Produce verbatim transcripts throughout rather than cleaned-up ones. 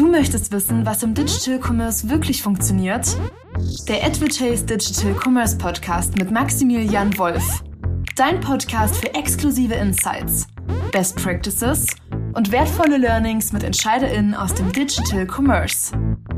Du möchtest wissen, was im Digital Commerce wirklich funktioniert? Der Advertase Digital Commerce Podcast mit Maximilian Wolf. Dein Podcast für exklusive Insights, Best Practices und wertvolle Learnings mit EntscheiderInnen aus dem Digital Commerce.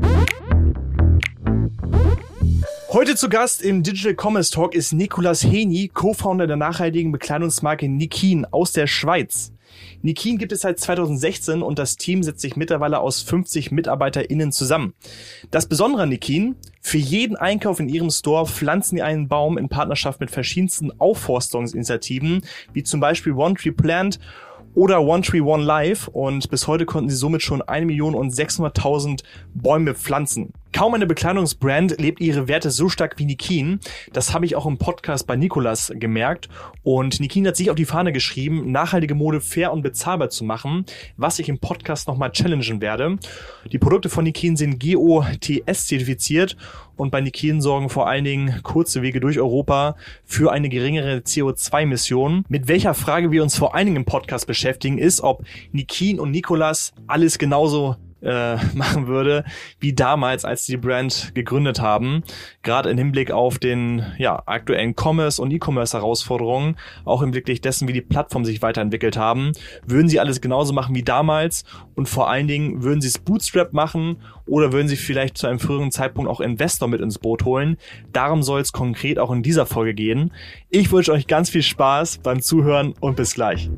Heute zu Gast im Digital Commerce Talk ist Nicolas Heny, Co-Founder der nachhaltigen Bekleidungsmarke Nikin aus der Schweiz. Nikin gibt es seit zweitausendsechzehn und das Team setzt sich mittlerweile aus fünfzig MitarbeiterInnen zusammen. Das Besondere an Nikin: für jeden Einkauf in ihrem Store pflanzen die einen Baum in Partnerschaft mit verschiedensten Aufforstungsinitiativen, wie zum Beispiel One Tree Plant oder One Tree One Life, und bis heute konnten sie somit schon eine Million und sechshunderttausend Bäume pflanzen. Kaum eine Bekleidungsbrand lebt ihre Werte so stark wie Nikin. Das habe ich auch im Podcast bei Nicolas gemerkt. Und Nikin hat sich auf die Fahne geschrieben, nachhaltige Mode fair und bezahlbar zu machen, was ich im Podcast nochmal challengen werde. Die Produkte von Nikin sind G O T S-zertifiziert und bei Nikin sorgen vor allen Dingen kurze Wege durch Europa für eine geringere C O zwei Emission. Mit welcher Frage wir uns vor allen Dingen im Podcast beschäftigen, ist, ob Nikin und Nicolas alles genauso Äh, machen würde, wie damals, als sie die Brand gegründet haben. Gerade im Hinblick auf den ja aktuellen Commerce- und E-Commerce-Herausforderungen, auch im Blick dessen, wie die Plattformen sich weiterentwickelt haben. Würden sie alles genauso machen wie damals und vor allen Dingen, würden sie es Bootstrap machen oder würden sie vielleicht zu einem früheren Zeitpunkt auch Investor mit ins Boot holen? Darum soll es konkret auch in dieser Folge gehen. Ich wünsche euch ganz viel Spaß beim Zuhören und bis gleich.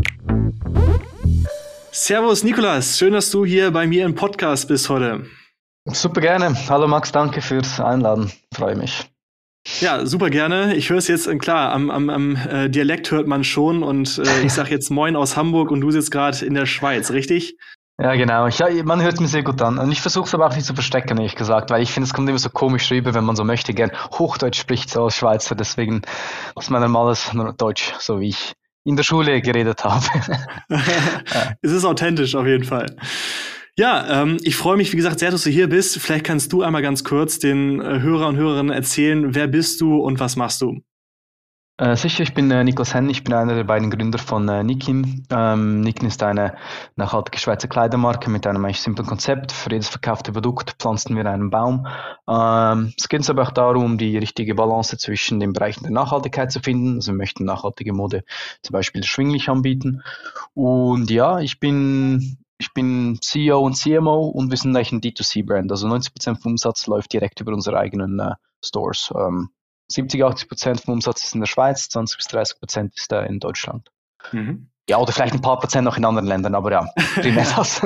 Servus Nicolas, schön, dass du hier bei mir im Podcast bist heute. Super gerne. Hallo Max, danke fürs Einladen. Freue mich. Ja, super gerne. Ich höre es jetzt, klar, am, am, am äh, Dialekt hört man schon und äh, ich sage jetzt Moin aus Hamburg und du sitzt gerade in der Schweiz, richtig? Ja, genau. Ich, man hört es mir sehr gut an. Und ich versuche es aber auch nicht zu verstecken, ehrlich gesagt, weil ich finde, es kommt immer so komisch rüber, wenn man so möchte, gern Hochdeutsch spricht, so als Schweizer. Deswegen muss man normales Deutsch, so wie ich in der Schule geredet habe. Es ist authentisch auf jeden Fall. Ja, ähm, ich freue mich, wie gesagt, sehr, dass du hier bist. Vielleicht kannst du einmal ganz kurz den äh, Hörer und Hörerinnen erzählen, wer bist du und was machst du? Äh, sicher, ich bin äh, Nicolas Heny, ich bin einer der beiden Gründer von äh, Nikin. Ähm, Nikin ist eine nachhaltige Schweizer Kleidermarke mit einem eigentlich simplen Konzept. Für jedes verkaufte Produkt pflanzen wir einen Baum. Ähm, es geht uns aber auch darum, die richtige Balance zwischen den Bereichen der Nachhaltigkeit zu finden. Also wir möchten nachhaltige Mode zum Beispiel erschwinglich anbieten. Und ja, ich bin Ich bin C E O und C M O und wir sind eigentlich ein D zwei C-Brand. Also neunzig Prozent vom Umsatz läuft direkt über unsere eigenen äh, Stores. Ähm, siebzig, achtzig Prozent vom Umsatz ist in der Schweiz, zwanzig bis dreißig Prozent ist da in Deutschland. Mhm. Ja, oder vielleicht ein paar Prozent noch in anderen Ländern, aber ja, primär das.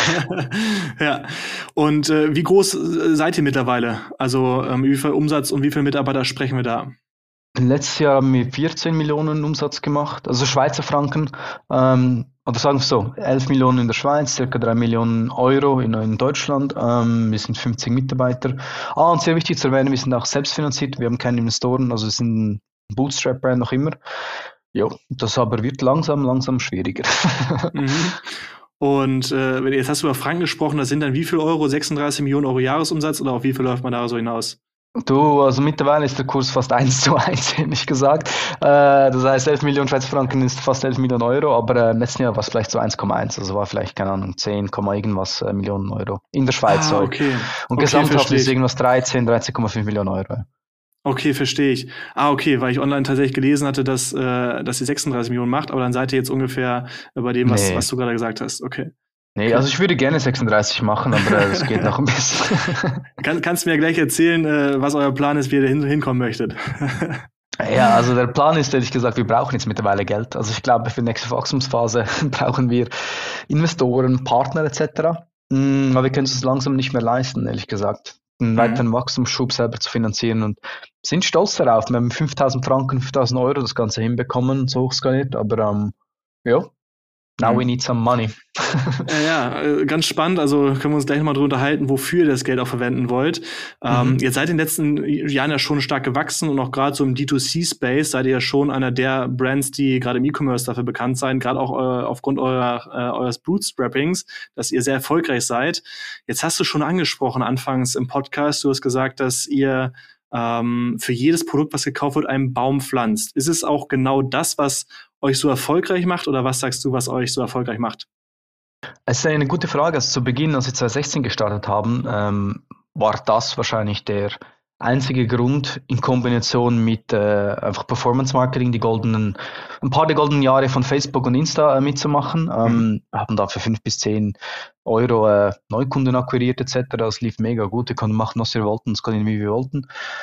Ja, und äh, wie groß seid ihr mittlerweile? Also ähm, wie viel Umsatz und wie viele Mitarbeiter sprechen wir da? Letztes Jahr haben wir vierzehn Millionen Umsatz gemacht, also Schweizer Franken. Ähm, oder sagen wir so, elf Millionen in der Schweiz, circa drei Millionen Euro in, in Deutschland. Ähm, wir sind fünfzig Mitarbeiter. Ah, und sehr wichtig zu erwähnen, wir sind auch selbstfinanziert, wir haben keine Investoren, also wir sind ein Bootstrap-Brand noch immer. Ja, das aber wird langsam, langsam schwieriger. Mhm. Und äh, jetzt hast du über Franken gesprochen, das sind dann wie viel Euro? sechsunddreißig Millionen Euro Jahresumsatz oder auf wie viel läuft man da so hinaus? Du, also mittlerweile ist der Kurs fast eins zu eins, ehrlich gesagt. Äh, das heißt, elf Millionen Schweizer Franken ist fast elf Millionen Euro, aber äh, im letzten Jahr war es vielleicht so eins Komma eins, also war vielleicht, keine Ahnung, zehn, irgendwas äh, Millionen Euro in der Schweiz. Ah, okay. Und okay, gesamthaft ist irgendwas dreizehn, dreizehn Komma fünf Millionen Euro. Okay, verstehe ich. Ah, okay, weil ich online tatsächlich gelesen hatte, dass, äh, dass ihr sechsunddreißig Millionen macht, aber dann seid ihr jetzt ungefähr bei dem, was, nee. was du gerade gesagt hast. Okay. Nee, also ich würde gerne sechsunddreißig machen, aber es geht noch ein bisschen. Kann, kannst du mir gleich erzählen, äh, was euer Plan ist, wie ihr da hin, hinkommen möchtet? Ja, also der Plan ist, ehrlich gesagt, wir brauchen jetzt mittlerweile Geld. Also ich glaube, für die nächste Wachstumsphase brauchen wir Investoren, Partner et cetera. Aber wir können es uns langsam nicht mehr leisten, ehrlich gesagt, einen mhm. weiteren Wachstumsschub selber zu finanzieren und sind stolz darauf. Wir haben fünftausend Franken, fünftausend Euro das Ganze hinbekommen, so hochskaliert, aber ähm, ja. Now we need some money. Ja, ja, ganz spannend. Also können wir uns gleich mal drüber unterhalten, wofür ihr das Geld auch verwenden wollt. Mhm. Ähm, jetzt seid ihr in den letzten Jahren ja schon stark gewachsen und auch gerade so im D zwei C-Space seid ihr ja schon einer der Brands, die gerade im E-Commerce dafür bekannt sein, gerade auch äh, aufgrund eurer, äh, eures Bootstrappings, dass ihr sehr erfolgreich seid. Jetzt hast du schon angesprochen anfangs im Podcast, du hast gesagt, dass ihr ähm, für jedes Produkt, was gekauft wird, einen Baum pflanzt. Ist es auch genau das, was euch so erfolgreich macht, oder was sagst du, was euch so erfolgreich macht? Es ist eine gute Frage. Also zu Beginn, als wir zwanzig sechzehn gestartet haben, ähm, war das wahrscheinlich der einzige Grund in Kombination mit äh, einfach Performance Marketing, die goldenen, ein paar der goldenen Jahre von Facebook und Insta äh, mitzumachen. Ähm, mhm. Haben da für fünf bis zehn Euro äh, Neukunden akquiriert et cetera. Das lief mega gut. Wir konnten machen, was wir wollten, skalieren, wie wir wollten.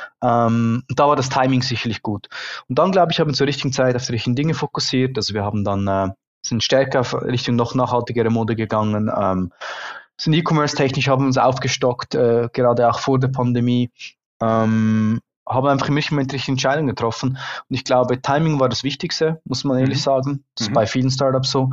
Ähm, da war das Timing sicherlich gut. Und dann, glaube ich, haben wir zur richtigen Zeit auf die richtigen Dinge fokussiert. Also wir haben dann äh, sind stärker auf Richtung noch nachhaltigere Mode gegangen. Ähm, sind E-Commerce-technisch, haben uns aufgestockt, äh, gerade auch vor der Pandemie. Ähm, haben einfach im richtigen Moment richtige Entscheidungen getroffen. Und ich glaube, Timing war das Wichtigste, muss man ehrlich mhm. sagen. Das ist mhm. bei vielen Startups so.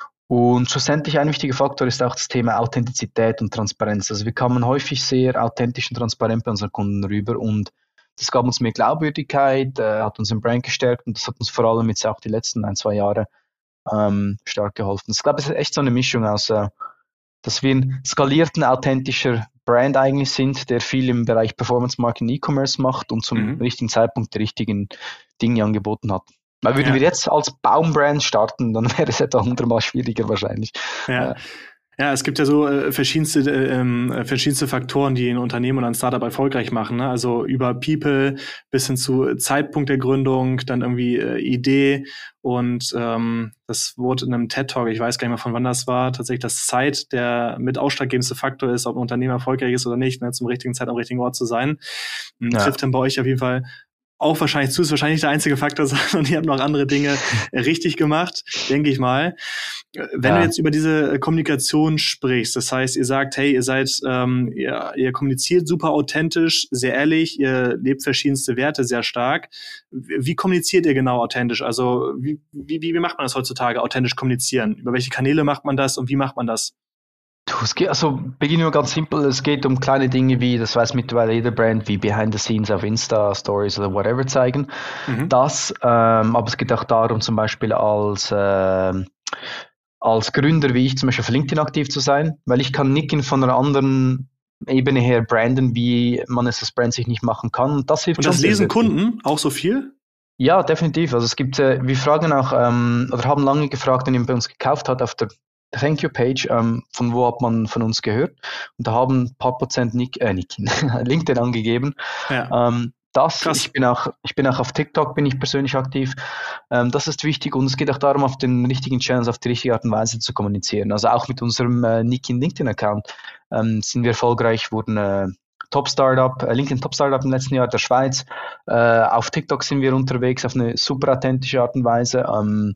Und schlussendlich ein wichtiger Faktor ist auch das Thema Authentizität und Transparenz. Also wir kamen häufig sehr authentisch und transparent bei unseren Kunden rüber und das gab uns mehr Glaubwürdigkeit, äh, hat uns im Brand gestärkt und das hat uns vor allem jetzt auch die letzten ein, zwei Jahre ähm, stark geholfen. Ich glaube, es ist echt so eine Mischung aus, äh, dass wir ein skalierten, authentischer Brand eigentlich sind, der viel im Bereich Performance Marketing E-Commerce macht und zum mhm. richtigen Zeitpunkt die richtigen Dinge angeboten hat. Weil würden ja. wir jetzt als Baumbrand starten, dann wäre es etwa hundertmal schwieriger wahrscheinlich. Ja. Äh, Ja, es gibt ja so äh, verschiedenste äh, verschiedenste Faktoren, die ein Unternehmen oder ein Startup erfolgreich machen, ne? Also über People bis hin zu Zeitpunkt der Gründung, dann irgendwie äh, Idee und ähm, das wurde in einem TED-Talk, ich weiß gar nicht mehr von wann das war, tatsächlich, dass Zeit der mit ausschlaggebendste Faktor ist, ob ein Unternehmen erfolgreich ist oder nicht, ne? Zum richtigen Zeit am richtigen Ort zu sein. Ja. Trifft dann bei euch auf jeden Fall auch wahrscheinlich zu, ist wahrscheinlich der einzige Faktor sein und ihr habt noch andere Dinge richtig gemacht, denke ich mal. Wenn ja. du jetzt über diese Kommunikation sprichst, das heißt, ihr sagt, hey, ihr seid, ähm, ihr, ihr kommuniziert super authentisch, sehr ehrlich, ihr lebt verschiedenste Werte sehr stark. Wie kommuniziert ihr genau authentisch? Also wie, wie, wie macht man das heutzutage, authentisch kommunizieren? Über welche Kanäle macht man das und wie macht man das? Es geht, also beginnen wir ganz simpel, es geht um kleine Dinge wie, das weiß mittlerweile jeder Brand, wie Behind the Scenes auf Insta, Stories oder whatever zeigen. Mhm. Das, ähm, aber es geht auch darum, zum Beispiel als, äh, als Gründer, wie ich zum Beispiel auf LinkedIn aktiv zu sein, weil ich kann nicht von einer anderen Ebene her branden, wie man es als Brand sich nicht machen kann. Das hilft Und das lesen Kunden auch so viel? Ja, definitiv. Also es gibt, äh, wir fragen auch, ähm, oder haben lange gefragt, wenn jemand bei uns gekauft hat, auf der Thank You Page, ähm, von wo hat man von uns gehört? Und da haben ein paar Prozent Nick, äh, Nick, LinkedIn angegeben. Ja. Ähm, das, Krass. ich bin auch, ich bin auch auf TikTok, bin ich persönlich aktiv. Ähm, das ist wichtig und es geht auch darum, auf den richtigen Channels, auf die richtige Art und Weise zu kommunizieren. Also auch mit unserem äh, Nikin LinkedIn-Account ähm, sind wir erfolgreich, wurden äh, Top Startup, äh, LinkedIn Top Startup im letzten Jahr der Schweiz. Äh, auf TikTok sind wir unterwegs auf eine super authentische Art und Weise. Ähm,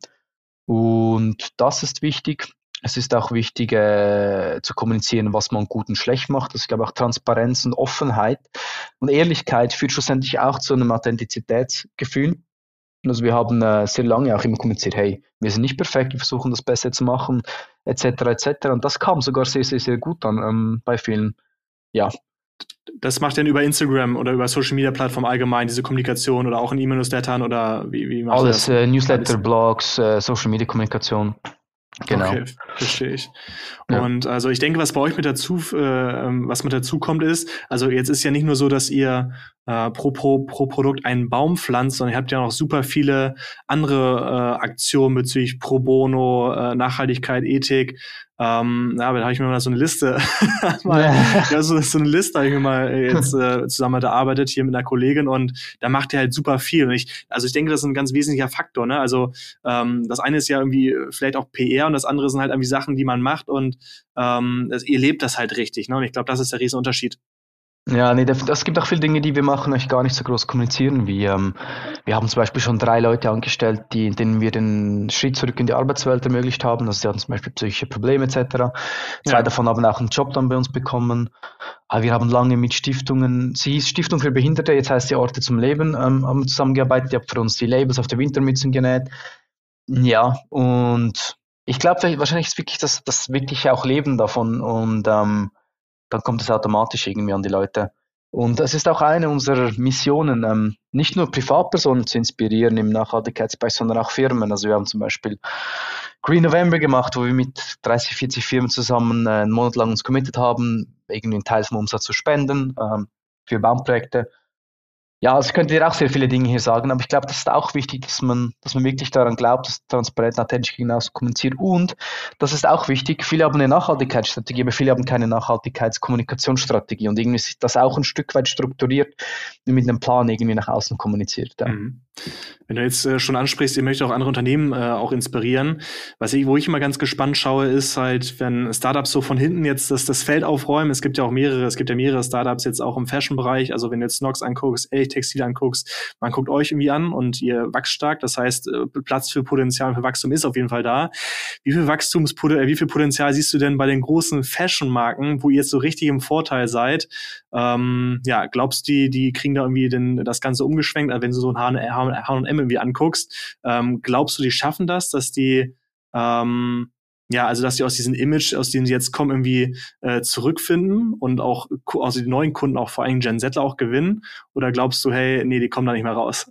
und das ist wichtig. Es ist auch wichtig, äh, zu kommunizieren, was man gut und schlecht macht. Das ist, glaube ich, auch Transparenz und Offenheit und Ehrlichkeit führt schlussendlich auch zu einem Authentizitätsgefühl. Also wir haben äh, sehr lange auch immer kommuniziert, hey, wir sind nicht perfekt, wir versuchen das Beste zu machen, et cetera et cetera. Und das kam sogar sehr, sehr, sehr gut an ähm, bei vielen, ja. Das macht denn über Instagram oder über Social Media Plattformen allgemein, diese Kommunikation oder auch in E-Mail-Newslettern oder wie, wie macht Alles, das? Äh, Newsletter, Alles. Blogs, äh, Social Media Kommunikation. Genau. Okay, verstehe ich. Ja. Und also ich denke, was bei euch mit dazu, äh, was mit dazu kommt, ist, also jetzt ist ja nicht nur so, dass ihr äh, pro, pro, pro Produkt einen Baum pflanzt, sondern ihr habt ja noch super viele andere äh, Aktionen bezüglich Pro Bono, äh, Nachhaltigkeit, Ethik. Ähm, ja, aber da habe ich mir mal so eine Liste, mal, ja. ja, so, so eine Liste habe ich mir mal jetzt äh, zusammen erarbeitet hier mit einer Kollegin und da macht ihr halt super viel. Und ich, also ich denke, das ist ein ganz wesentlicher Faktor, ne? Also ähm, das eine ist ja irgendwie vielleicht auch P R und das andere sind halt irgendwie Sachen, die man macht und ähm, das, ihr lebt das halt richtig, ne? Und ich glaube, das ist der riesen Unterschied. Ja, nee, es gibt auch viele Dinge, die wir machen, euch gar nicht so groß kommunizieren, wie ähm, wir haben zum Beispiel schon drei Leute angestellt, die, denen wir den Schritt zurück in die Arbeitswelt ermöglicht haben. Also sie hatten zum Beispiel psychische Probleme et cetera. Zwei ja. davon haben auch einen Job dann bei uns bekommen. Aber wir haben lange mit Stiftungen, sie hieß Stiftung für Behinderte, jetzt heißt sie Orte zum Leben, ähm, haben zusammengearbeitet. Ihr habt für uns die Labels auf der Wintermützen genäht. Ja, und ich glaube, wahrscheinlich ist wirklich das, das wirkliche auch Leben davon und ähm, dann kommt es automatisch irgendwie an die Leute. Und es ist auch eine unserer Missionen, ähm, nicht nur Privatpersonen zu inspirieren im Nachhaltigkeitsbereich, sondern auch Firmen. Also wir haben zum Beispiel Green November gemacht, wo wir mit dreißig, vierzig Firmen zusammen äh, einen Monat lang uns committed haben, irgendwie einen Teil vom Umsatz zu spenden ähm, für Baumprojekte. Ja, also ich könnte dir auch sehr viele Dinge hier sagen, aber ich glaube, das ist auch wichtig, dass man, dass man wirklich daran glaubt, dass transparent, authentisch hinaus kommuniziert. Und das ist auch wichtig, viele haben eine Nachhaltigkeitsstrategie, aber viele haben keine Nachhaltigkeitskommunikationsstrategie. Und irgendwie ist das auch ein Stück weit strukturiert mit einem Plan irgendwie nach außen kommuniziert. Ja. Mhm. Wenn du jetzt äh, schon ansprichst, ihr möchtet auch andere Unternehmen äh, auch inspirieren. Was ich, wo ich immer ganz gespannt schaue, ist halt, wenn Startups so von hinten jetzt das, das Feld aufräumen. Es gibt ja auch mehrere, es gibt ja mehrere Startups jetzt auch im Fashion-Bereich. Also wenn du jetzt Snox anguckst, Elch Textil anguckst, man guckt euch irgendwie an und ihr wächst stark. Das heißt, äh, Platz für Potenzial für Wachstum ist auf jeden Fall da. Wie viel Wachstumspotenzial, äh, wie viel Potenzial siehst du denn bei den großen Fashion-Marken, wo ihr jetzt so richtig im Vorteil seid? Ähm, ja, glaubst du, die, die kriegen da irgendwie den, das Ganze umgeschwenkt? Also wenn du so ein H und M irgendwie anguckst, ähm, glaubst du, die schaffen das, dass die ähm, ja, also dass die aus diesem Image, aus dem sie jetzt kommen, irgendwie äh, zurückfinden und auch also die neuen Kunden auch vor allem Gen Z auch gewinnen? Oder glaubst du, hey, nee, die kommen da nicht mehr raus?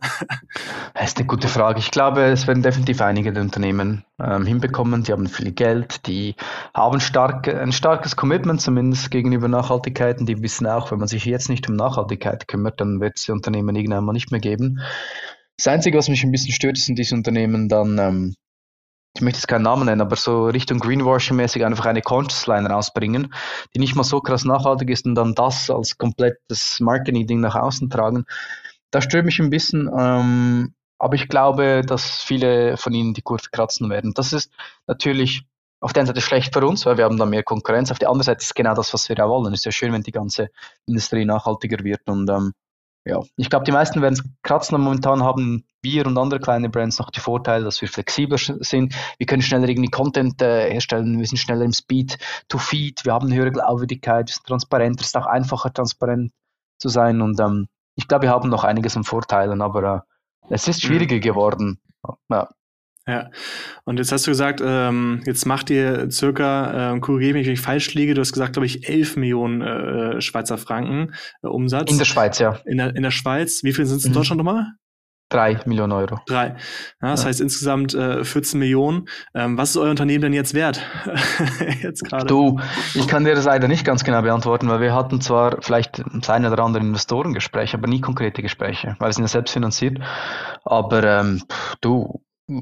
Das ist eine gute Frage. Ich glaube, es werden definitiv einige der Unternehmen ähm, hinbekommen. Die haben viel Geld, die haben stark, ein starkes Commitment zumindest gegenüber Nachhaltigkeit. Und die wissen auch, wenn man sich jetzt nicht um Nachhaltigkeit kümmert, dann wird es die Unternehmen irgendwann mal nicht mehr geben. Das Einzige, was mich ein bisschen stört, sind diese Unternehmen dann, ähm, ich möchte jetzt keinen Namen nennen, aber so Richtung Greenwashing-mäßig einfach eine Conscious-Line rausbringen, die nicht mal so krass nachhaltig ist und dann das als komplettes Marketing-Ding nach außen tragen. Das stört mich ein bisschen, ähm, aber ich glaube, dass viele von ihnen die Kurve kratzen werden. Das ist natürlich auf der einen Seite schlecht für uns, weil wir haben da mehr Konkurrenz. Auf der anderen Seite ist genau das, was wir ja wollen. Es ist ja schön, wenn die ganze Industrie nachhaltiger wird und ähm, ja, ich glaube, die meisten werden es kratzen und momentan haben wir und andere kleine Brands noch die Vorteile, dass wir flexibler sind. Wir können schneller irgendwie Content äh, herstellen, wir sind schneller im Speed to Feed, wir haben eine höhere Glaubwürdigkeit, wir sind transparenter, es ist auch einfacher, transparent zu sein und ähm, ich glaube, wir haben noch einiges an Vorteilen, aber äh, es ist schwieriger geworden. Ja. Ja, und jetzt hast du gesagt, ähm, jetzt macht ihr circa, ähm, korrigiere mich, wenn ich falsch liege, du hast gesagt, glaube ich, elf Millionen äh, Schweizer Franken äh, Umsatz. In der Schweiz, ja. In der, in der Schweiz. Wie viel sind es in Mhm. Deutschland nochmal? Drei Millionen Euro. Drei. Ja, das Ja. heißt insgesamt äh, vierzehn Millionen. Ähm, was ist euer Unternehmen denn jetzt wert? Jetzt gerade. Du, ich kann dir das leider nicht ganz genau beantworten, weil wir hatten zwar vielleicht das eine oder andere Investorengespräch, aber nie konkrete Gespräche, weil wir sind ja selbst finanziert. Aber ähm, du,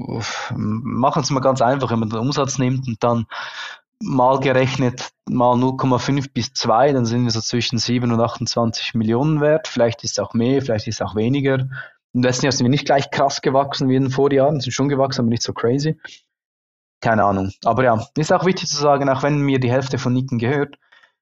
machen es mal ganz einfach, wenn man den Umsatz nimmt und dann mal gerechnet mal null Komma fünf bis zwei, dann sind wir so zwischen sieben und achtundzwanzig Millionen wert. Vielleicht ist es auch mehr, vielleicht ist es auch weniger. Im letzten Jahr sind wir nicht gleich krass gewachsen wie in den Vorjahren, sind schon gewachsen, aber nicht so crazy. Keine Ahnung. Aber ja, ist auch wichtig zu sagen, auch wenn mir die Hälfte von Nicken gehört,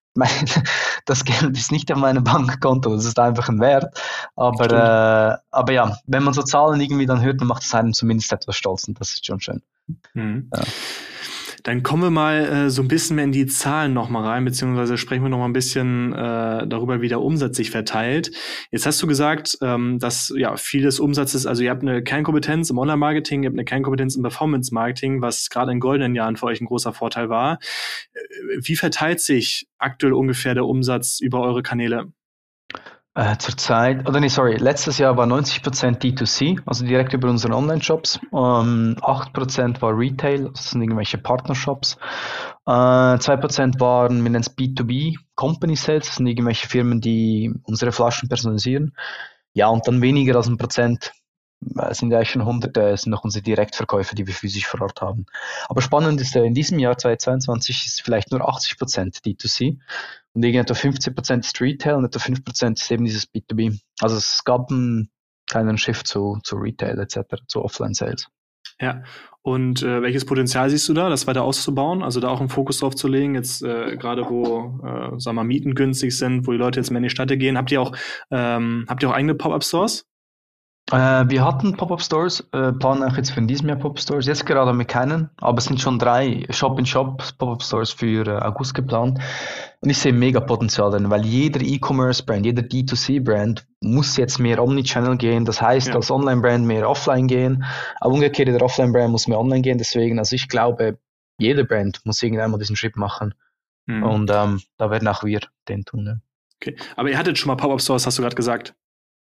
das Geld ist nicht auf meinem Bankkonto, das ist einfach ein Wert. Aber, äh, aber ja, wenn man so Zahlen irgendwie dann hört, dann macht es einem zumindest etwas stolz und das ist schon schön. Mhm. Ja. Dann kommen wir mal äh, so ein bisschen mehr in die Zahlen nochmal rein, beziehungsweise sprechen wir nochmal ein bisschen äh, darüber, wie der Umsatz sich verteilt. Jetzt hast du gesagt, ähm, dass ja viel des Umsatzes, also ihr habt eine Kernkompetenz im Online-Marketing, ihr habt eine Kernkompetenz im Performance-Marketing, was gerade in goldenen Jahren für euch ein großer Vorteil war. Wie verteilt sich aktuell ungefähr der Umsatz über eure Kanäle? Äh, Zurzeit, oder nee, sorry, letztes Jahr war neunzig Prozent D zwei C, also direkt über unsere Online-Shops. Ähm, acht Prozent war Retail, das sind irgendwelche Partnershops. Äh, zwei Prozent waren, wir nennen es B zwei B, Company Sales, das sind irgendwelche Firmen, die unsere Flaschen personalisieren. Ja, und dann weniger als ein Prozent, es sind ja eigentlich schon hundert, sind noch unsere Direktverkäufe, die wir physisch vor Ort haben. Aber spannend ist, in diesem Jahr zweitausendzweiundzwanzig ist vielleicht nur achtzig Prozent D zwei C. Und irgendwie etwa fünfzehn Prozent ist Retail und etwa fünf Prozent ist eben dieses B zwei B. Also es gab einen kleinen Shift zu, zu Retail et cetera, zu Offline-Sales. Ja, und äh, welches Potenzial siehst du da, das weiter auszubauen? Also da auch einen Fokus drauf zu legen, jetzt äh, gerade wo, äh, sagen wir mal, Mieten günstig sind, wo die Leute jetzt mehr in die Stadt gehen. Habt ihr auch, ähm, habt ihr auch eigene Pop-Up-Stores? Äh, wir hatten Pop-Up-Stores, äh, planen auch jetzt für in diesem Jahr Pop-Up-Stores. Jetzt gerade haben wir keinen, aber es sind schon drei Shop-in-Shop Pop-Up-Stores für äh, August geplant. Und ich sehe mega Potenzial drin, weil jeder E-Commerce-Brand, jeder D zwei C-Brand muss jetzt mehr Omnichannel gehen. Das heißt, ja, als Online-Brand mehr offline gehen. Aber umgekehrt, der Offline-Brand muss mehr online gehen. Deswegen, also ich glaube, jeder Brand muss irgendwann mal diesen Schritt machen. Mhm. Und ähm, da werden auch wir den tun. Ne? Okay, aber ihr hattet schon mal Pop-Up-Stores, hast du gerade gesagt?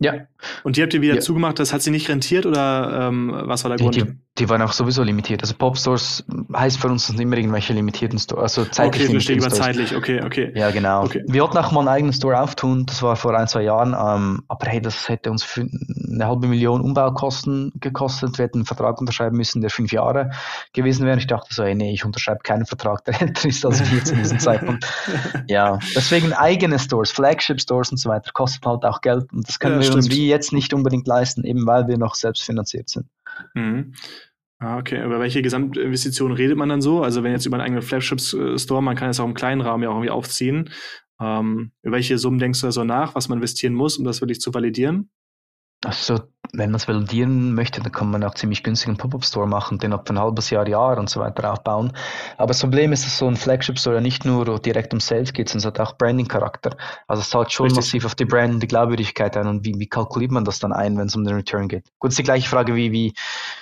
Ja. Und die habt ihr wieder Ja. zugemacht, das hat sie nicht rentiert oder ähm, was war der Die, Grund? die, die waren auch sowieso limitiert. Also Popstores heißt für uns immer irgendwelche limitierten Stores, also zeitlich Okay, verstehe ich, limitierten über Stores. zeitlich, okay, okay. Ja, genau. Okay. Wir wollten auch mal einen eigenen Store auftun, das war vor ein, zwei Jahren, ähm, aber hey, das hätte uns für eine halbe Million Umbaukosten gekostet. Wir hätten einen Vertrag unterschreiben müssen, der fünf Jahre gewesen wäre. Ich dachte so, ey, nee, ich unterschreibe keinen Vertrag, der älter ist als wir zu diesem Zeitpunkt. Ja, deswegen eigene Stores, Flagship-Stores und so weiter, kosten halt auch Geld und das können Ja, wir uns stimmt. wie jetzt nicht unbedingt leisten, eben weil wir noch selbst finanziert sind. Mhm. Ah, okay, über welche Gesamtinvestitionen redet man dann so? Also wenn jetzt über einen eigenen Flagship-Store, man kann es auch im kleinen Rahmen ja auch irgendwie aufziehen. Ähm, über welche Summen denkst du da so nach, was man investieren muss, um das wirklich zu validieren? Also, wenn man es validieren möchte, dann kann man auch ziemlich günstig einen Pop-Up-Store machen, den ab ein halbes Jahr, Jahr und so weiter aufbauen. Aber das Problem ist, dass so ein Flagship-Store ja nicht nur direkt um Sales geht, sondern es hat auch Branding-Charakter. Also es zahlt schon Richtig. massiv auf die Brand und die Glaubwürdigkeit ein. Und wie, wie kalkuliert man das dann ein, wenn es um den Return geht? Gut, es ist die gleiche Frage wie, wie,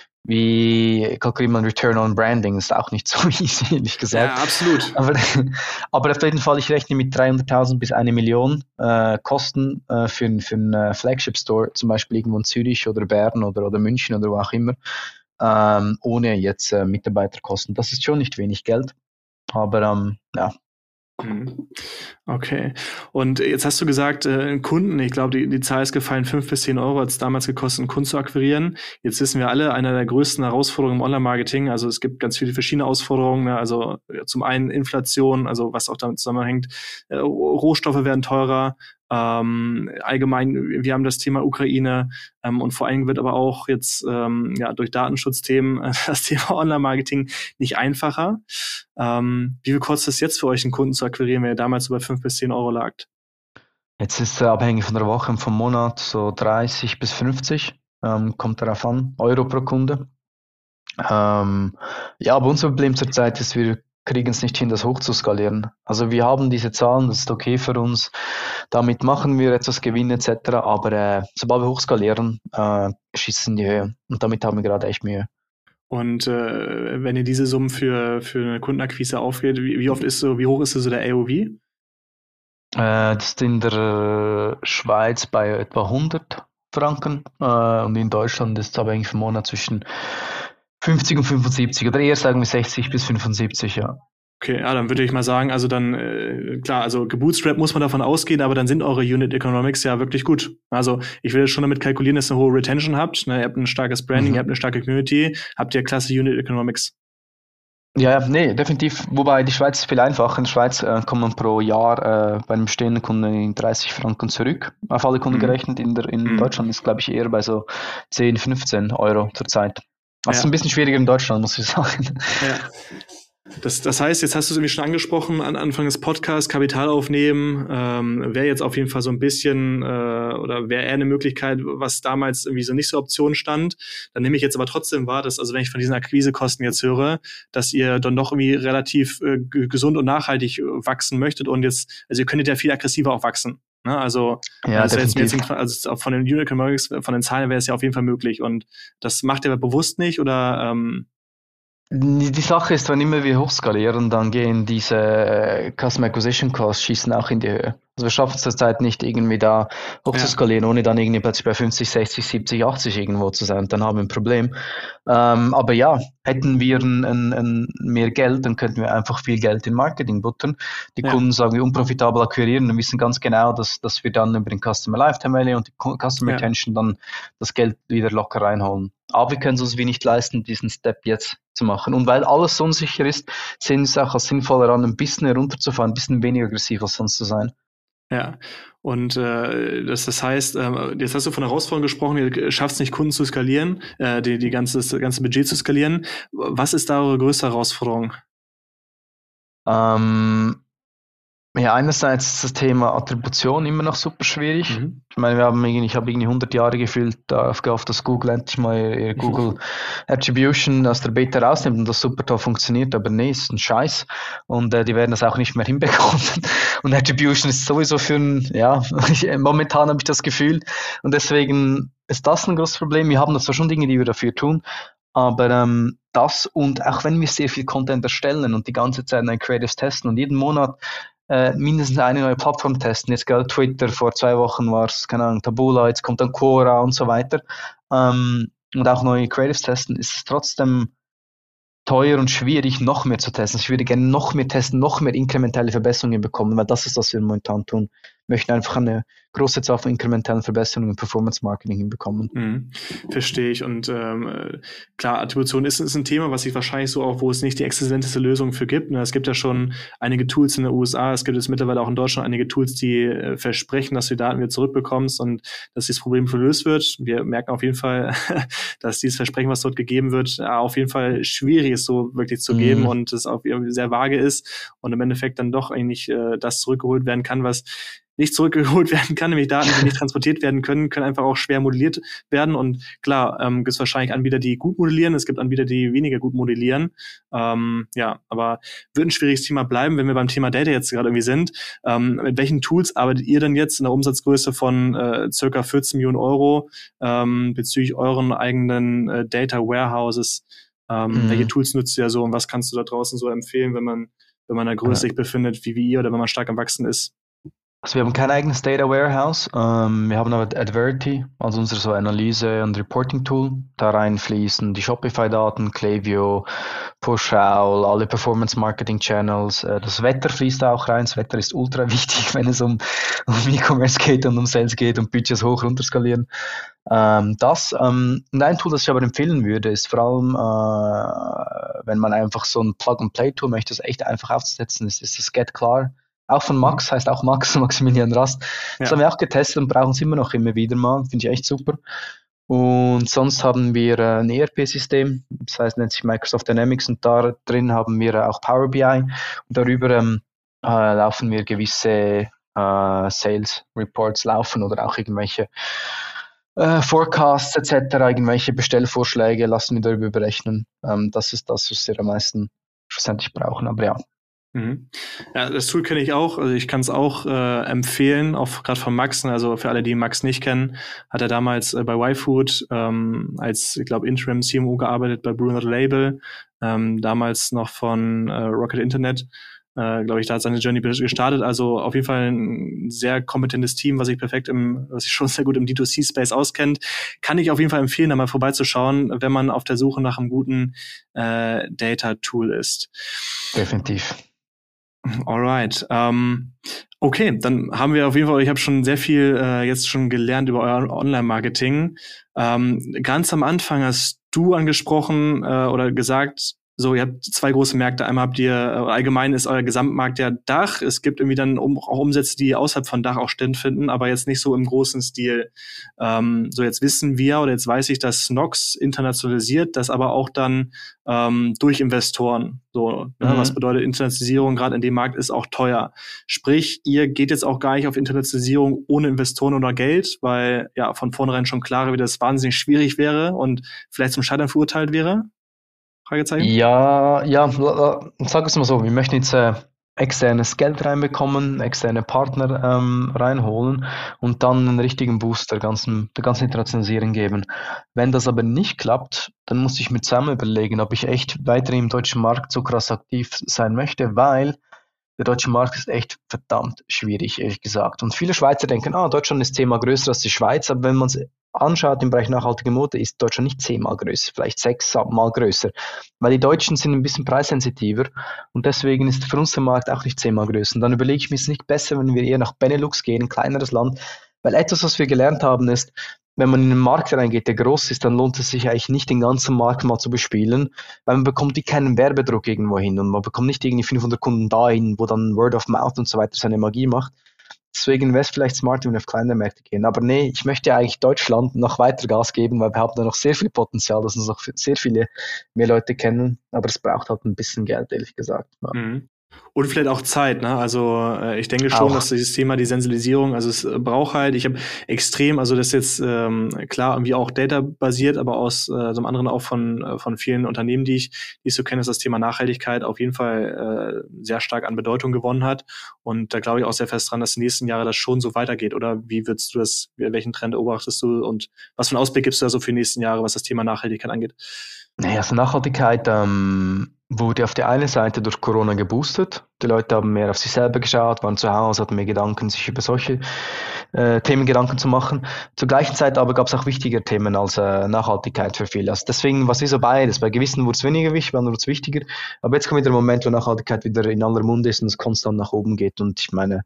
wie kalkuliert man Return on Branding? Das ist auch nicht so easy, ehrlich gesagt. Ja, absolut. Aber, aber auf jeden Fall, ich rechne mit dreihunderttausend bis eine Million äh, Kosten äh, für, für einen äh, Flagship-Store, zum Beispiel irgendwo in Zürich oder Bern oder, oder München oder wo auch immer, ähm, ohne jetzt äh, Mitarbeiterkosten. Das ist schon nicht wenig Geld, aber ähm, ja. Mhm. Okay. Und jetzt hast du gesagt, äh, Kunden, ich glaube, die, die Zahl ist gefallen, fünf bis zehn Euro hat es damals gekostet, einen Kunden zu akquirieren. Jetzt wissen wir alle, einer der größten Herausforderungen im Online-Marketing, also es gibt ganz viele verschiedene Herausforderungen, ne? Also ja, zum einen Inflation, also was auch damit zusammenhängt, äh, Rohstoffe werden teurer, ähm, allgemein, wir haben das Thema Ukraine ähm, und vor allem wird aber auch jetzt ähm, ja durch Datenschutzthemen äh, das Thema Online-Marketing nicht einfacher. Ähm, wie viel kostet es jetzt für euch, einen Kunden zu akquirieren, wenn ihr damals über fünf bis zehn Euro lagt? Jetzt ist es äh, abhängig von der Woche und vom Monat so dreißig bis fünfzig, ähm, kommt darauf an, Euro pro Kunde. Ähm, ja, aber unser Problem zurzeit ist, wir kriegen es nicht hin, das hochzuskalieren. Also wir haben diese Zahlen, das ist okay für uns, damit machen wir etwas Gewinn et cetera, aber äh, sobald wir hochskalieren, äh, schießen in die Höhe und damit haben wir gerade echt Mühe. Und äh, wenn ihr diese Summen für, für eine Kundenakquise aufgeht, wie, wie oft ist so, wie hoch ist so der A O V? Äh, das ist in der Schweiz bei etwa hundert Franken äh, und in Deutschland ist es abhängig vom Monat zwischen fünfzig und fünfundsiebzig oder eher sagen wir sechzig bis fünfundsiebzig, ja. Okay, ja, dann würde ich mal sagen, also dann, äh, klar, also gebootstrapped muss man davon ausgehen, aber dann sind eure Unit Economics ja wirklich gut. Also ich will schon damit kalkulieren, dass ihr eine hohe Retention habt, ne? Ihr habt ein starkes Branding, Mhm. ihr habt eine starke Community, habt ihr klasse Unit Economics. Ja, ja, nee, definitiv. Wobei die Schweiz ist viel einfacher. In der Schweiz äh, kommen pro Jahr äh, bei einem bestehenden Kunden dreißig Franken zurück, auf alle Kunden Mhm. gerechnet. In, der, in Mhm. Deutschland ist, glaube ich, eher bei so zehn, fünfzehn Euro zurzeit. Also Ja. ist ein bisschen schwieriger in Deutschland, muss ich sagen. Ja. Das, das heißt, jetzt hast du es irgendwie schon angesprochen, an Anfang des Podcasts, Kapital aufnehmen, ähm, wäre jetzt auf jeden Fall so ein bisschen, äh, oder wäre eher eine Möglichkeit, was damals irgendwie so nicht so Option stand. Dann nehme ich jetzt aber trotzdem wahr, dass, also wenn ich von diesen Akquisekosten jetzt höre, dass ihr dann doch irgendwie relativ äh, g- gesund und nachhaltig äh, wachsen möchtet und jetzt, also ihr könntet ja viel aggressiver auch wachsen. Ne? Also, Ja, das wäre jetzt, definitiv. jetzt, also von den Unit Economics, von den Zahlen wäre es ja auf jeden Fall möglich. Und das macht ihr aber bewusst nicht oder, ähm, Die die Sache ist, wenn immer wir hochskalieren, dann gehen diese äh, Customer Acquisition Costs schießen auch in die Höhe. Also wir schaffen es zurzeit nicht irgendwie da hochzuskalieren, ohne dann irgendwie plötzlich bei fünfzig, sechzig, siebzig, achtzig irgendwo zu sein. Dann haben wir ein Problem. Ähm, aber ja, hätten wir ein, ein, ein mehr Geld, dann könnten wir einfach viel Geld in Marketing buttern. Die Ja. Kunden sagen wir unprofitabel akquirieren und wissen ganz genau, dass, dass wir dann über den Customer Lifetime Value und die Cu- Customer Ja. Retention dann das Geld wieder locker reinholen. Aber wir können es uns wie nicht leisten, diesen Step jetzt zu machen. Und weil alles so unsicher ist, sehen wir es auch als sinnvoller an, ein bisschen herunterzufahren, ein bisschen weniger aggressiv als sonst zu sein. Ja, und äh, das, das heißt, ähm, jetzt hast du von Herausforderungen gesprochen, ihr schafft es nicht, Kunden zu skalieren, äh, die, die ganze, das ganze Budget zu skalieren. Was ist da eure größte Herausforderung? Ähm, ja, einerseits ist das Thema Attribution immer noch super schwierig. Mhm. Ich meine, wir haben irgendwie, ich habe irgendwie hundert Jahre gefühlt darauf gehofft, dass Google endlich mal ihr Google Attribution aus der Beta rausnimmt und das super toll funktioniert, aber nee, ist ein Scheiß und äh, die werden das auch nicht mehr hinbekommen und Attribution ist sowieso für ein, ja, ich, momentan habe ich das Gefühl und deswegen ist das ein großes Problem. Wir haben da zwar schon Dinge, die wir dafür tun, aber ähm, das und auch wenn wir sehr viel Content erstellen und die ganze Zeit neue Creatives testen und jeden Monat äh, mindestens eine neue Plattform testen. Jetzt gerade Twitter, vor zwei Wochen war es, keine Ahnung, Taboola, jetzt kommt dann Quora und so weiter. Ähm, und auch neue Creatives testen, ist es trotzdem teuer und schwierig, noch mehr zu testen. Ich würde gerne noch mehr testen, noch mehr inkrementelle Verbesserungen bekommen, weil das ist, was wir momentan tun. Wir möchten einfach eine große Zahl von inkrementellen Verbesserungen im Performance-Marketing hinbekommen. Mhm. Verstehe ich. Und ähm, klar, Attribution ist, ist ein Thema, was sich wahrscheinlich so auch, wo es nicht die exzellenteste Lösung für gibt. Es gibt ja schon einige Tools in den U S A, es gibt jetzt mittlerweile auch in Deutschland einige Tools, die äh, versprechen, dass du die Daten wieder zurückbekommst und dass dieses Problem gelöst wird. Wir merken auf jeden Fall, dass dieses Versprechen, was dort gegeben wird, ja, auf jeden Fall schwierig ist, so wirklich zu mhm. geben und es auch irgendwie sehr vage ist und im Endeffekt dann doch eigentlich äh, das zurückgeholt werden kann, was nicht zurückgeholt werden kann, nämlich Daten, die nicht transportiert werden können, können einfach auch schwer modelliert werden. Und klar, ähm, gibt es wahrscheinlich Anbieter, die gut modellieren, es gibt Anbieter, die weniger gut modellieren. Ähm, ja, aber wird ein schwieriges Thema bleiben, wenn wir beim Thema Data jetzt gerade irgendwie sind. Ähm, mit welchen Tools arbeitet ihr denn jetzt in der Umsatzgröße von äh, circa vierzehn Millionen Euro ähm, bezüglich euren eigenen äh, Data Warehouses? Ähm, mhm. Welche Tools nutzt ihr so und was kannst du da draußen so empfehlen, wenn man, wenn man da größer sich befindet, wie, wie ihr oder wenn man stark am Wachsen ist? Also wir haben kein eigenes Data Warehouse, ähm, wir haben aber Adverity, also unser so Analyse- und Reporting-Tool. Da reinfließen die Shopify-Daten, Klaviyo, Pushowl, alle Performance-Marketing-Channels. Äh, das Wetter fließt auch rein. Das Wetter ist ultra wichtig, wenn es um, um E-Commerce geht und um Sales geht und Budgets hoch runter skalieren. Ähm, das, ähm, und ein Tool, das ich aber empfehlen würde, ist vor allem, äh, wenn man einfach so ein Plug-and-Play-Tool möchte, das echt einfach aufzusetzen, ist, ist das GetClar. Auch von Max, heißt auch Max, Maximilian Rast. Das ja. haben wir auch getestet und brauchen es immer noch immer wieder mal. Finde ich echt super. Und sonst haben wir äh, ein E R P-System, das heißt, nennt sich Microsoft Dynamics und da drin haben wir auch Power B I und darüber ähm, äh, laufen wir gewisse äh, Sales Reports laufen oder auch irgendwelche äh, Forecasts et cetera, irgendwelche Bestellvorschläge lassen wir darüber berechnen. Ähm, das ist das, was wir am meisten schlussendlich brauchen, aber ja. Mhm. Ja, das Tool kenne ich auch. Also ich kann es auch äh, empfehlen, auch gerade von Max. Also für alle, die Max nicht kennen, hat er damals äh, bei YFood ähm, als, ich glaube, Interim C M O gearbeitet bei Blue Not Label. Ähm, damals noch von äh, Rocket Internet. Äh, glaube ich, da hat seine Journey gestartet. Also auf jeden Fall ein sehr kompetentes Team, was sich perfekt im, was sich schon sehr gut im D zwei C-Space auskennt. Kann ich auf jeden Fall empfehlen, da mal vorbeizuschauen, wenn man auf der Suche nach einem guten äh, Data-Tool ist. Definitiv. Alright. Ähm, okay, dann haben wir auf jeden Fall, ich habe schon sehr viel äh, jetzt schon gelernt über euer Online-Marketing. Ähm, ganz am Anfang hast du angesprochen äh, oder gesagt, so, ihr habt zwei große Märkte. Einmal habt ihr, äh, allgemein ist euer Gesamtmarkt ja Dach. Es gibt irgendwie dann um, auch Umsätze, die außerhalb von Dach auch stattfinden, aber jetzt nicht so im großen Stil. Ähm, so, jetzt wissen wir oder jetzt weiß ich, dass Snox internationalisiert, das aber auch dann ähm, durch Investoren. So, mhm. ne, was bedeutet Internationalisierung? Gerade in dem Markt ist auch teuer. Sprich, ihr geht jetzt auch gar nicht auf Internationalisierung ohne Investoren oder Geld, weil ja von vornherein schon klar wäre, dass es wahnsinnig schwierig wäre und vielleicht zum Scheitern verurteilt wäre. Ja, ja, sag es mal so, wir möchten jetzt äh, externes Geld reinbekommen, externe Partner ähm, reinholen und dann einen richtigen Boost der ganzen, der ganzen Internationalisierung geben. Wenn das aber nicht klappt, dann muss ich mir zusammen überlegen, ob ich echt weiterhin im deutschen Markt so krass aktiv sein möchte, weil der deutsche Markt ist echt verdammt schwierig, ehrlich gesagt. Und viele Schweizer denken, ah, Deutschland ist zehnmal größer als die Schweiz, aber wenn man es anschaut im Bereich nachhaltige Mode, ist Deutschland nicht zehnmal größer, vielleicht sechsmal größer. Weil die Deutschen sind ein bisschen preissensitiver und deswegen ist für uns der Markt auch nicht zehnmal größer. Und dann überlege ich mir, es nicht besser, wenn wir eher nach Benelux gehen, ein kleineres Land, weil etwas, was wir gelernt haben, ist, wenn man in einen Markt reingeht, der groß ist, dann lohnt es sich eigentlich nicht, den ganzen Markt mal zu bespielen, weil man bekommt die keinen Werbedruck irgendwo hin und man bekommt nicht irgendwie fünfhundert Kunden dahin, wo dann Word of Mouth und so weiter seine Magie macht. Deswegen wäre es vielleicht smart, wenn wir auf kleinere Märkte gehen. Aber nee, ich möchte eigentlich Deutschland noch weiter Gas geben, weil wir haben da noch sehr viel Potenzial, dass uns noch sehr viele mehr Leute kennen. Aber es braucht halt ein bisschen Geld, ehrlich gesagt. Ja. Mhm. Und vielleicht auch Zeit, ne? Also äh, ich denke schon, auch. dass dieses Thema, die Sensibilisierung, also es äh, braucht halt, ich habe extrem, also das ist jetzt ähm, klar irgendwie auch Data-basiert, aber aus äh, so einem anderen auch von äh, von vielen Unternehmen, die ich, die ich so kenne, dass das Thema Nachhaltigkeit auf jeden Fall äh, sehr stark an Bedeutung gewonnen hat. Und da glaube ich auch sehr fest dran, dass die nächsten Jahre das schon so weitergeht. Oder wie würdest du das, welchen Trend beobachtest du und was für einen Ausblick gibst du da so für die nächsten Jahre, was das Thema Nachhaltigkeit angeht? Nee, also Nachhaltigkeit ähm, wurde auf der einen Seite durch Corona geboostet. Die Leute haben mehr auf sich selber geschaut, waren zu Hause, hatten mehr Gedanken, sich über solche äh, Themen Gedanken zu machen. Zur gleichen Zeit aber gab es auch wichtigere Themen als äh, Nachhaltigkeit für viele. Also deswegen war es wie so beides. Bei gewissen wurde es weniger wichtig, bei anderen wurde es wichtiger. Aber jetzt kommt wieder der Moment, wo Nachhaltigkeit wieder in aller Munde ist und es konstant nach oben geht. Und ich meine,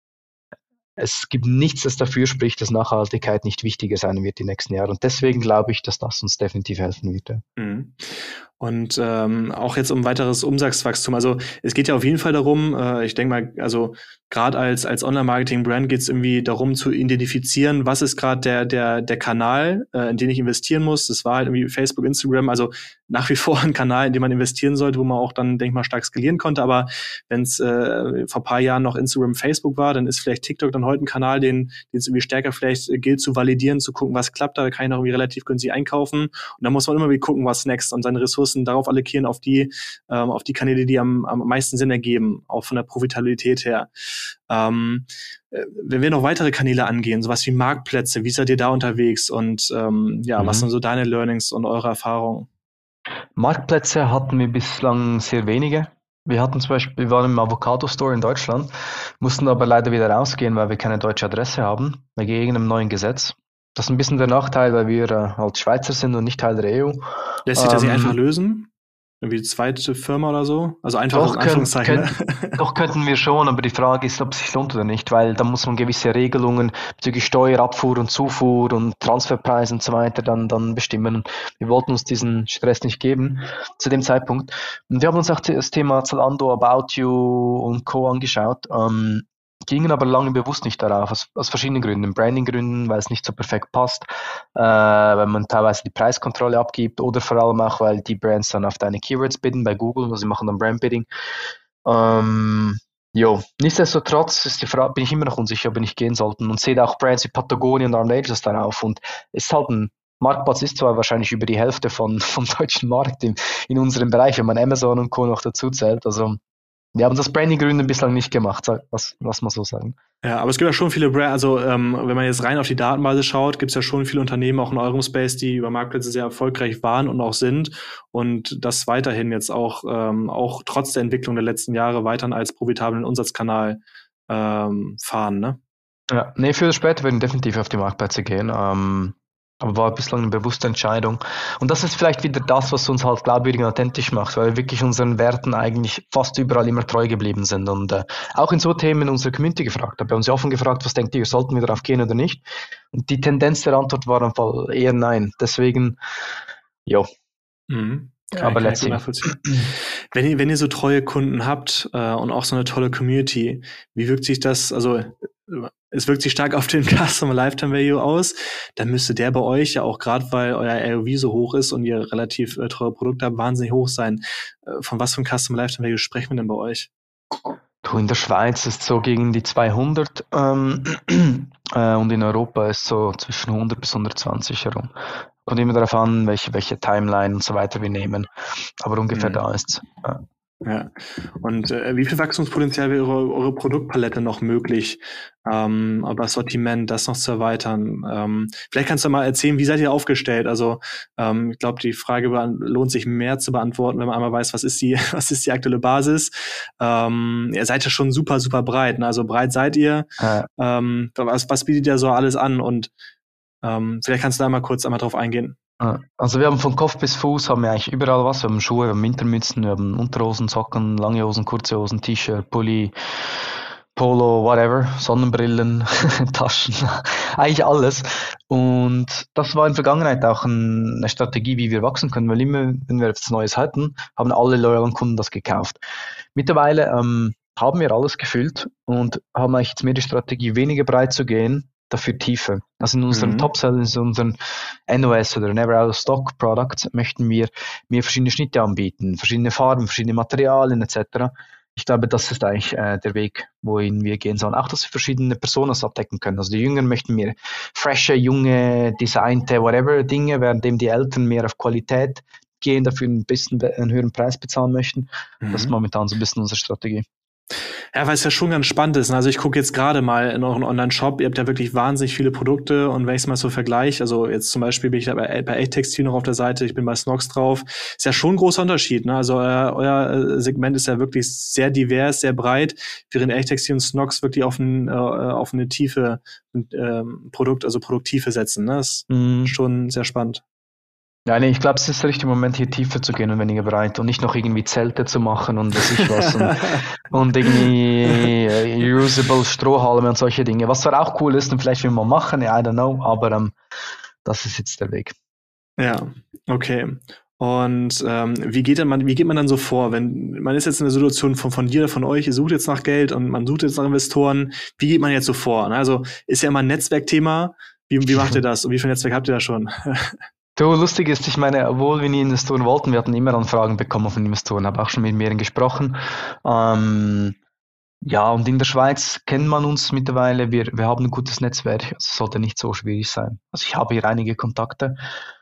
es gibt nichts, das dafür spricht, dass Nachhaltigkeit nicht wichtiger sein wird die nächsten Jahre. Und deswegen glaube ich, dass das uns definitiv helfen wird. Mhm. Und ähm, auch jetzt um weiteres Umsatzwachstum. Also es geht ja auf jeden Fall darum, äh, ich denke mal, also gerade als als Online-Marketing-Brand geht es irgendwie darum zu identifizieren, was ist gerade der der der Kanal, äh, in den ich investieren muss. Das war halt irgendwie Facebook, Instagram, also nach wie vor ein Kanal, in den man investieren sollte, wo man auch dann, denke ich mal, stark skalieren konnte. Aber wenn es äh, vor ein paar Jahren noch Instagram, Facebook war, dann ist vielleicht TikTok dann heute ein Kanal, den den es irgendwie stärker vielleicht äh, gilt zu validieren, zu gucken, was klappt da. Da kann ich noch irgendwie relativ günstig einkaufen. Und dann muss man immer wieder gucken, was next und seine Ressourcen darauf allokieren, auf die ähm, auf die Kanäle, die am, am meisten Sinn ergeben, auch von der Profitabilität her. Ähm, wenn wir noch weitere Kanäle angehen, sowas wie Marktplätze, wie seid ihr da unterwegs und ähm, ja, mhm. was sind so deine Learnings und eure Erfahrungen? Marktplätze hatten wir bislang sehr wenige. Wir hatten zum Beispiel, wir waren im Avocado-Store in Deutschland, mussten aber leider wieder rausgehen, weil wir keine deutsche Adresse haben, wegen einem neuen Gesetz. Das ist ein bisschen der Nachteil, weil wir äh, halt Schweizer sind und nicht Teil der E U. Lässt sich das ähm, nicht einfach lösen? Irgendwie die zweite Firma oder so? Also einfach doch, in Anführungszeichen. Können, ne? Doch könnten wir schon, aber die Frage ist, ob es sich lohnt oder nicht, weil da muss man gewisse Regelungen bezüglich Steuer, Abfuhr und Zufuhr und Transferpreis und so weiter dann, dann bestimmen. Wir wollten uns diesen Stress nicht geben zu dem Zeitpunkt. Und wir haben uns auch das Thema Zalando, About You und Co. angeschaut. Ähm, gingen aber lange bewusst nicht darauf, aus, aus verschiedenen Gründen. Branding-Gründen, weil es nicht so perfekt passt, äh, weil man teilweise die Preiskontrolle abgibt oder vor allem auch, weil die Brands dann auf deine Keywords bidden bei Google, also sie machen dann Brand-Bidding. Ähm, jo, nichtsdestotrotz ist die Frage, bin ich immer noch unsicher, ob wir nicht gehen sollten und sehe auch Brands wie Patagonia und Armed Angels darauf und es ist halt ein Marktplatz ist zwar wahrscheinlich über die Hälfte von, vom deutschen Markt in, in unserem Bereich, wenn man Amazon und Co. noch dazu zählt, also wir haben das Branding-Gründen bislang nicht gemacht, lass, lass mal so sagen. Ja, aber es gibt ja schon viele Brands, also ähm, wenn man jetzt rein auf die Datenbasis schaut, gibt es ja schon viele Unternehmen, auch in eurem Space, die über Marktplätze sehr erfolgreich waren und auch sind und das weiterhin jetzt auch, ähm, auch trotz der Entwicklung der letzten Jahre weiterhin als profitablen Umsatzkanal ähm, fahren, ne? Ja, nee, für das später werden definitiv auf die Marktplätze gehen. Ähm, aber war bislang eine bewusste Entscheidung. Und das ist vielleicht wieder das, was uns halt glaubwürdig und authentisch macht, weil wir wirklich unseren Werten eigentlich fast überall immer treu geblieben sind. Und äh, auch in so Themen in unserer Community gefragt. Da haben wir uns offen gefragt, was denkt ihr, sollten wir darauf gehen oder nicht? Und die Tendenz der Antwort war im Fall eher nein. Deswegen, jo. Mhm. Ja, aber let's see. Wenn ihr, wenn ihr so treue Kunden habt äh, und auch so eine tolle Community, wie wirkt sich das, also es wirkt sich stark auf den Customer Lifetime Value aus, dann müsste der bei euch ja auch gerade, weil euer A O V so hoch ist und ihr relativ äh, teure Produkte habt, wahnsinnig hoch sein. Äh, von was für einem Customer Lifetime Value sprechen wir denn bei euch? Du, in der Schweiz ist so gegen die zweihundert ähm, äh, und in Europa ist so zwischen hundert bis hundertzwanzig herum. Kommt immer darauf an, welche, welche Timeline und so weiter wir nehmen. Aber ungefähr mhm. da ist's. Ja. Ja. Und äh, wie viel Wachstumspotenzial wäre eure, eure Produktpalette noch möglich, ähm, aber das Sortiment, das noch zu erweitern? Ähm, vielleicht kannst du mal erzählen, wie seid ihr aufgestellt? Also ähm, ich glaube, die Frage lohnt sich mehr zu beantworten, wenn man einmal weiß, was ist die, was ist die aktuelle Basis. Ähm, ihr seid ja schon super, super breit. Ne? Also breit seid ihr. Ja. Ähm, was, was bietet ihr so alles an? Und ähm, vielleicht kannst du da mal kurz einmal drauf eingehen. Also wir haben von Kopf bis Fuß haben wir eigentlich überall was. Wir haben Schuhe, wir haben Wintermützen, wir haben Unterhosen, Socken, lange Hosen, kurze Hosen, T-Shirt, Pulli, Polo, whatever, Sonnenbrillen, Taschen, eigentlich alles. Und das war in der Vergangenheit auch eine Strategie, wie wir wachsen können, weil immer, wenn wir etwas Neues hatten, haben alle loyalen Kunden das gekauft. Mittlerweile ähm, haben wir alles gefüllt und haben eigentlich jetzt mehr die Strategie, weniger breit zu gehen, dafür Tiefe. Also in unseren mhm. Top-Sellers, in unseren N O S oder Never Out of Stock Products möchten wir mehr verschiedene Schnitte anbieten, verschiedene Farben, verschiedene Materialien et cetera. Ich glaube, das ist eigentlich äh, der Weg, wohin wir gehen sollen. Auch, dass wir verschiedene Personen abdecken können. Also die Jüngeren möchten mehr frische, junge, designte, whatever Dinge, währenddem die Eltern mehr auf Qualität gehen, dafür ein bisschen einen höheren Preis bezahlen möchten. Mhm. Das ist momentan so ein bisschen unsere Strategie. Ja, weil es ja schon ganz spannend ist. Also ich gucke jetzt gerade mal in euren Online-Shop. Ihr habt ja wirklich wahnsinnig viele Produkte. Und wenn ich es mal so vergleiche, also jetzt zum Beispiel bin ich da bei, bei Echt-Textil noch auf der Seite, ich bin bei Snox drauf. Ist ja schon ein großer Unterschied. Ne? Also euer, euer Segment ist ja wirklich sehr divers, sehr breit, während Echt-Textil und Snox wirklich auf, ein, äh, auf eine tiefe ähm, Produkt, also Produkttiefe setzen. Ne? Das ist mhm. schon sehr spannend. Ja, nee, ich glaube, es ist der richtige Moment, hier tiefer zu gehen und weniger breit und nicht noch irgendwie Zelte zu machen und was ich was und, und irgendwie äh, usable Strohhalme und solche Dinge. Was zwar auch cool ist und vielleicht will man machen, I don't know, aber ähm, das ist jetzt der Weg. Ja, okay. Und ähm, wie geht man, wie geht man dann so vor, wenn man ist jetzt in der Situation von, von dir, von euch, ihr sucht jetzt nach Geld und man sucht jetzt nach Investoren, wie geht man jetzt so vor? Also ist ja immer ein Netzwerkthema. Wie, wie macht ihr das und wie viel Netzwerk habt ihr da schon? So lustig ist, ich meine, obwohl wir nie Investoren wollten, wir hatten immer Anfragen bekommen von Investoren, habe auch schon mit mehreren gesprochen. Ähm, ja, und in der Schweiz kennt man uns mittlerweile, wir, wir haben ein gutes Netzwerk, also es sollte nicht so schwierig sein. Also ich habe hier einige Kontakte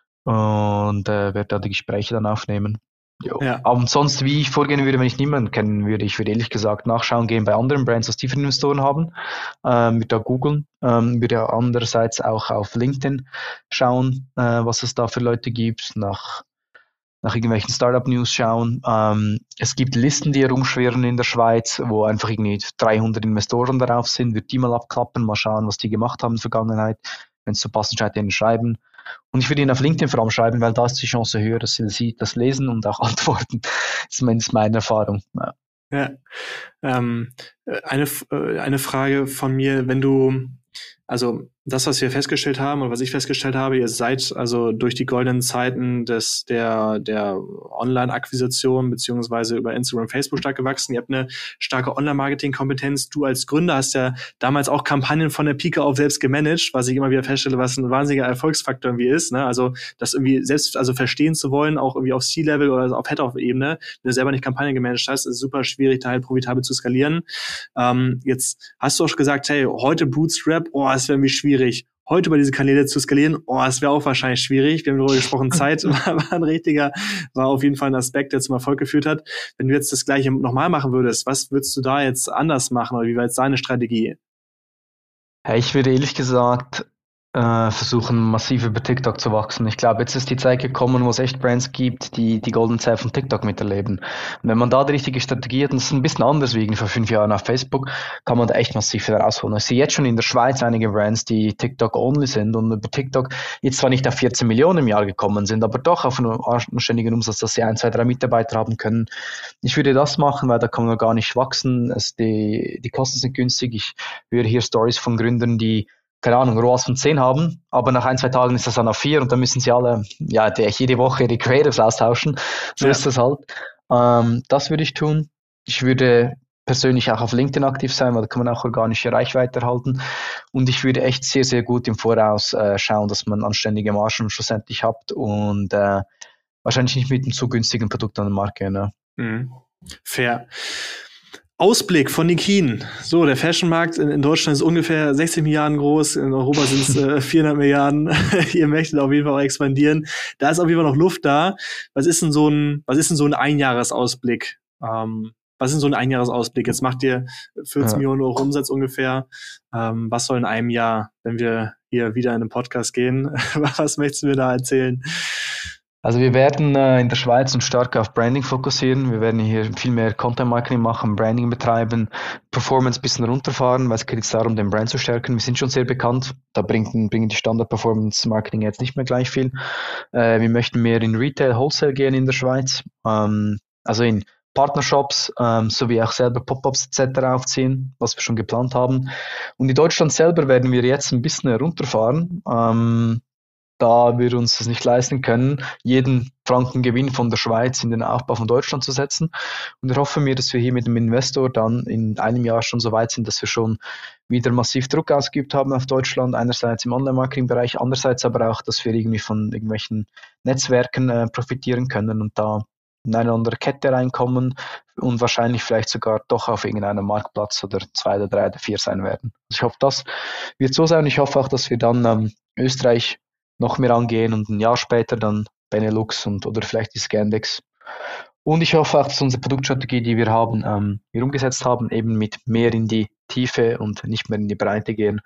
und äh, werde da die Gespräche dann aufnehmen. Jo. Ja. Aber sonst, wie ich vorgehen würde, wenn ich niemanden kennen würde, ich würde ehrlich gesagt nachschauen gehen bei anderen Brands, was die für Investoren haben, ähm, würde da googeln, ähm, würde andererseits auch auf LinkedIn schauen, äh, was es da für Leute gibt, nach, nach irgendwelchen Startup-News schauen. Ähm, es gibt Listen, die herumschwirren in der Schweiz, wo einfach irgendwie dreihundert Investoren darauf sind, würde die mal abklappen, mal schauen, was die gemacht haben in der Vergangenheit, wenn es so passt, scheint denen schreiben. Und ich würde ihn auf LinkedIn vor allem schreiben, weil da ist die Chance höher, dass sie das lesen und auch antworten. Das ist zumindest meine Erfahrung. Ja, ja. Ähm, eine, eine Frage von mir, wenn du, also das, was wir festgestellt haben oder was ich festgestellt habe, ihr seid also durch die goldenen Zeiten des der der Online-Akquisition beziehungsweise über Instagram, Facebook stark gewachsen. Ihr habt eine starke Online-Marketing-Kompetenz. Du als Gründer hast ja damals auch Kampagnen von der Pike auf selbst gemanagt, was ich immer wieder feststelle, was ein wahnsinniger Erfolgsfaktor irgendwie ist. Ne? Also das irgendwie selbst also verstehen zu wollen, auch irgendwie auf C-Level oder auf Head-Off-Ebene. Wenn du selber nicht Kampagnen gemanagt hast, ist es super schwierig, da halt profitabel zu skalieren. Ähm, jetzt hast du auch gesagt, hey, heute Bootstrap, oh, es wäre irgendwie schwierig. Heute über diese Kanäle zu skalieren, oh, es wäre auch wahrscheinlich schwierig. Wir haben darüber gesprochen, Zeit war, war ein richtiger, war auf jeden Fall ein Aspekt, der zum Erfolg geführt hat. Wenn du jetzt das Gleiche nochmal machen würdest, was würdest du da jetzt anders machen oder wie wäre jetzt deine Strategie? Ja, ich würde ehrlich gesagt äh, versuchen, massiv über TikTok zu wachsen. Ich glaube, jetzt ist die Zeit gekommen, wo es echt Brands gibt, die die Golden Zeit von TikTok miterleben. Und wenn man da die richtige Strategie hat, und das ist ein bisschen anders wie vor fünf Jahren auf Facebook, kann man da echt massiv viel rausholen. Ich sehe jetzt schon in der Schweiz einige Brands, die TikTok-only sind und über TikTok jetzt zwar nicht auf vierzehn Millionen im Jahr gekommen sind, aber doch auf einen anständigen Umsatz, dass sie ein, zwei, drei Mitarbeiter haben können. Ich würde das machen, weil da kann man gar nicht wachsen. Es, die, die Kosten sind günstig. Ich höre hier Stories von Gründern, die keine Ahnung, R O A S von zehn haben, aber nach ein, zwei Tagen ist das dann auf vier und dann müssen sie alle, ja, die, jede Woche ihre Creatives austauschen. So ja. ist das halt. Ähm, das würde ich tun. Ich würde persönlich auch auf LinkedIn aktiv sein, weil da kann man auch organische Reichweite erhalten. Und ich würde echt sehr, sehr gut im Voraus äh, schauen, dass man anständige Margen schlussendlich hat und äh, wahrscheinlich nicht mit einem zu günstigen Produkt an den Markt gehen. Ne? Mhm. Fair. Ausblick von Nikin. So, der Fashionmarkt in, in Deutschland ist ungefähr sechzig Milliarden groß, in Europa sind es äh, vierhundert Milliarden. Ihr möchtet auf jeden Fall auch expandieren. Da ist auf jeden Fall noch Luft da. Was ist denn so ein, was ist denn so ein Einjahresausblick? Ähm, was ist denn so ein Einjahresausblick? Jetzt macht ihr vierzehn ja. Millionen Euro Umsatz ungefähr. Ähm, was soll in einem Jahr, wenn wir hier wieder in einen Podcast gehen, was möchtest du mir da erzählen? Also wir werden äh, in der Schweiz uns stark auf Branding fokussieren. Wir werden hier viel mehr Content Marketing machen, Branding betreiben, Performance ein bisschen runterfahren, weil es geht jetzt darum, den Brand zu stärken. Wir sind schon sehr bekannt. Da bringen, bringen die Standard Performance Marketing jetzt nicht mehr gleich viel. Äh, wir möchten mehr in Retail, Wholesale gehen in der Schweiz. Ähm, also in Partnershops, ähm, sowie auch selber Pop-ups et cetera aufziehen, was wir schon geplant haben. Und in Deutschland selber werden wir jetzt ein bisschen herunterfahren. Ähm, da wir uns das nicht leisten können, jeden Franken Gewinn von der Schweiz in den Aufbau von Deutschland zu setzen. Und ich hoffe mir, dass wir hier mit dem Investor dann in einem Jahr schon so weit sind, dass wir schon wieder massiv Druck ausgeübt haben auf Deutschland, einerseits im Online-Marketing-Bereich, andererseits aber auch, dass wir irgendwie von irgendwelchen Netzwerken äh, profitieren können und da in eine andere Kette reinkommen und wahrscheinlich vielleicht sogar doch auf irgendeinem Marktplatz oder zwei oder drei oder vier sein werden. Also ich hoffe, das wird so sein. Ich hoffe auch, dass wir dann ähm, Österreich noch mehr angehen und ein Jahr später dann Benelux und oder vielleicht die Scandex. Und ich hoffe auch, dass unsere Produktstrategie, die wir haben, ähm, wir umgesetzt haben, eben mit mehr in die Tiefe und nicht mehr in die Breite gehen.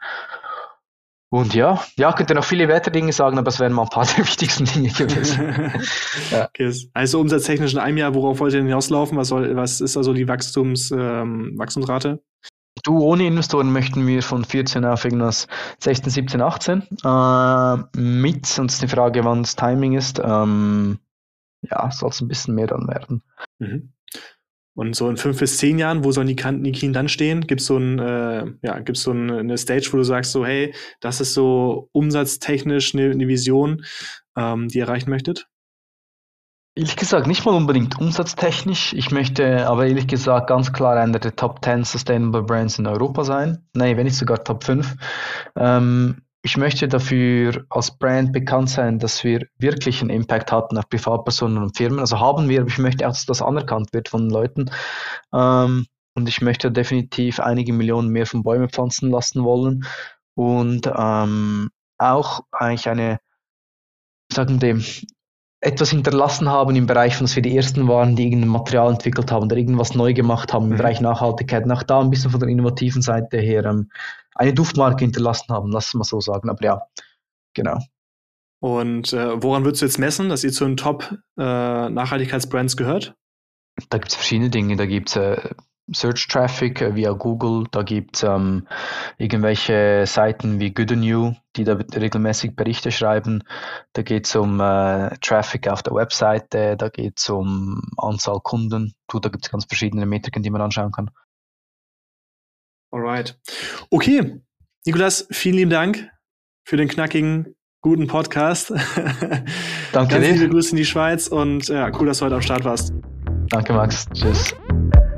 Und ja, ja, könnte noch viele weitere Dinge sagen, aber es wären mal ein paar der wichtigsten Dinge gewesen. Ja. Okay. Also umsatztechnisch in einem Jahr, worauf wollt ihr denn hinauslaufen? Was soll, was ist also die Wachstums, ähm, Wachstumsrate? Du, ohne Investoren möchten wir von vierzehn auf irgendwas sechzehn, siebzehn, achtzehn. Äh, mit, und es ist die Frage, wann das Timing ist, ähm, ja, soll es ein bisschen mehr dann werden. Mhm. Und so in fünf bis zehn Jahren, wo sollen die Nikeen dann stehen? Gibt es so, ein, äh, ja, gibt's so ein, eine Stage, wo du sagst so, hey, das ist so umsatztechnisch eine, eine Vision, ähm, die ihr erreichen möchtet? Ehrlich gesagt, nicht mal unbedingt umsatztechnisch. Ich möchte aber ehrlich gesagt ganz klar einer der Top zehn Sustainable Brands in Europa sein. Nein, wenn nicht sogar Top fünf. Ähm, ich möchte dafür als Brand bekannt sein, dass wir wirklich einen Impact hatten auf Privatpersonen und Firmen. Also haben wir, aber ich möchte auch, dass das anerkannt wird von Leuten. Ähm, und ich möchte definitiv einige Millionen mehr von Bäumen pflanzen lassen wollen. Und ähm, auch eigentlich eine, sagen dem, etwas hinterlassen haben im Bereich, von dass wir die Ersten waren, die irgendein Material entwickelt haben oder irgendwas neu gemacht haben im mhm. Bereich Nachhaltigkeit. Und auch da ein bisschen von der innovativen Seite her ähm, eine Duftmarke hinterlassen haben, lass es mal so sagen. Aber ja, genau. Und äh, woran würdest du jetzt messen, dass ihr zu den Top-Nachhaltigkeitsbrands äh, gehört? Da gibt es verschiedene Dinge. Da gibt es äh, Search Traffic äh, via Google, da gibt es ähm, irgendwelche Seiten wie Good on You, die da regelmäßig Berichte schreiben. Da geht es um äh, Traffic auf der Webseite, da geht es um Anzahl Kunden. Du, da gibt es ganz verschiedene Metriken, die man anschauen kann. Alright. Okay, Nikolas, vielen lieben Dank für den knackigen, guten Podcast. Danke Ganz dir. liebe Grüße in die Schweiz und ja, cool, dass du heute am Start warst. Danke, Max. Tschüss.